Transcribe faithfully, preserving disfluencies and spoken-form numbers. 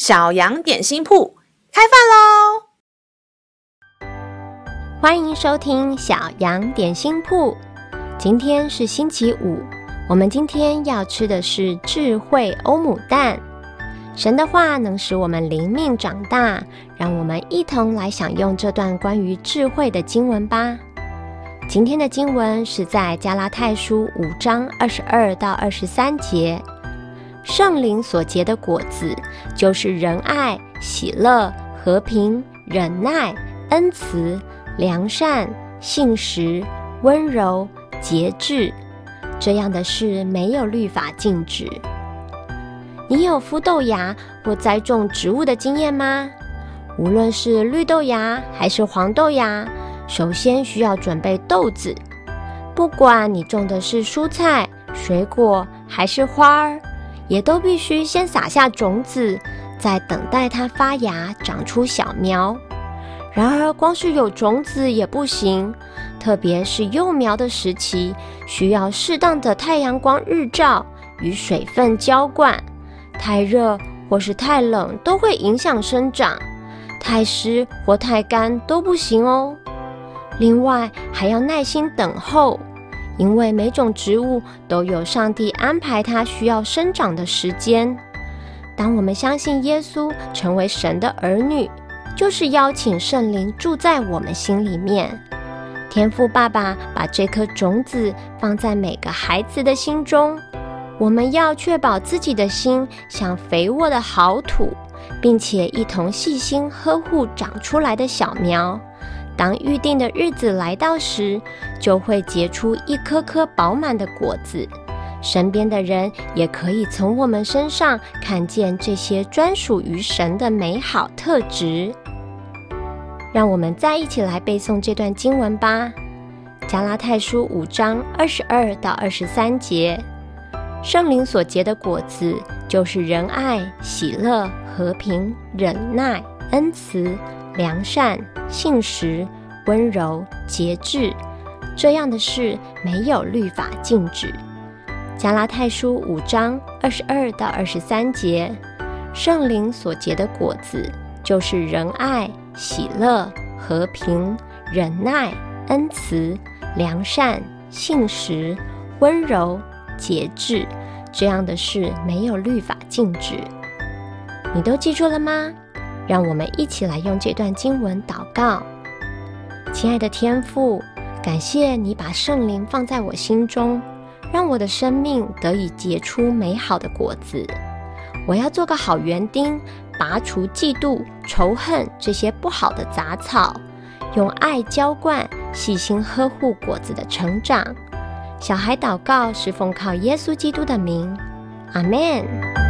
小羊点心铺开饭喽！ 欢迎收听小羊点心铺。今天是星期五，我们今天要吃的是智慧欧姆蛋。神的话能使我们灵命长大，让我们一同来享用这段关于智慧的经文吧。今天的经文是在加拉太书五章二十二到二十三节。圣灵所结的果子，就是仁爱、喜乐、和平、忍耐、恩慈、良善、信实、温柔、节制，这样的事没有律法禁止。你有孵豆芽或栽种植物的经验吗？无论是绿豆芽还是黄豆芽，首先需要准备豆子。不管你种的是蔬菜、水果还是花儿，也都必须先撒下种子，再等待它发芽长出小苗。然而光是有种子也不行，特别是幼苗的时期，需要适当的太阳光日照与水分浇灌。太热或是太冷都会影响生长，太湿或太干都不行哦。另外还要耐心等候，因为每种植物都有上帝安排它需要生长的时间。当我们相信耶稣成为神的儿女，就是邀请圣灵住在我们心里面。天父爸爸把这颗种子放在每个孩子的心中，我们要确保自己的心像肥沃的好土，并且一同细心呵护长出来的小苗。当预定的日子来到时，就会结出一颗颗饱满的果子。身边的人也可以从我们身上看见这些专属于神的美好特质。让我们再一起来背诵这段经文吧。加拉太书五章二十二到二十三节。圣灵所结的果子，就是仁爱、喜乐、和平、忍耐、恩慈、良善、信实、温柔、节制，这样的事没有律法禁止。加拉太书五章二十二到二十三节。圣灵所结的果子，就是仁爱、喜乐、和平、忍耐、恩慈、良善、信实、温柔、节制，这样的事没有律法禁止。你都记住了吗？让我们一起来用这段经文祷告。亲爱的天父，感谢你把圣灵放在我心中，让我的生命得以结出美好的果子。我要做个好园丁，拔除嫉妒、仇恨这些不好的杂草，用爱浇灌，细心呵护果子的成长。小孩祷告是奉靠耶稣基督的名，阿们。